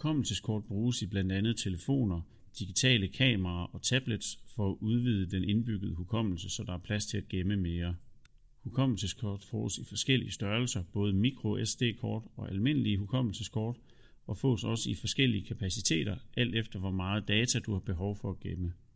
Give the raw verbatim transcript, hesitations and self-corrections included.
Hukommelseskort bruges i blandt andet telefoner, digitale kameraer og tablets for at udvide den indbyggede hukommelse, så der er plads til at gemme mere. Hukommelseskort fås i forskellige størrelser, både micro S D-kort og almindelige hukommelseskort, og fås også i forskellige kapaciteter, alt efter hvor meget data du har behov for at gemme.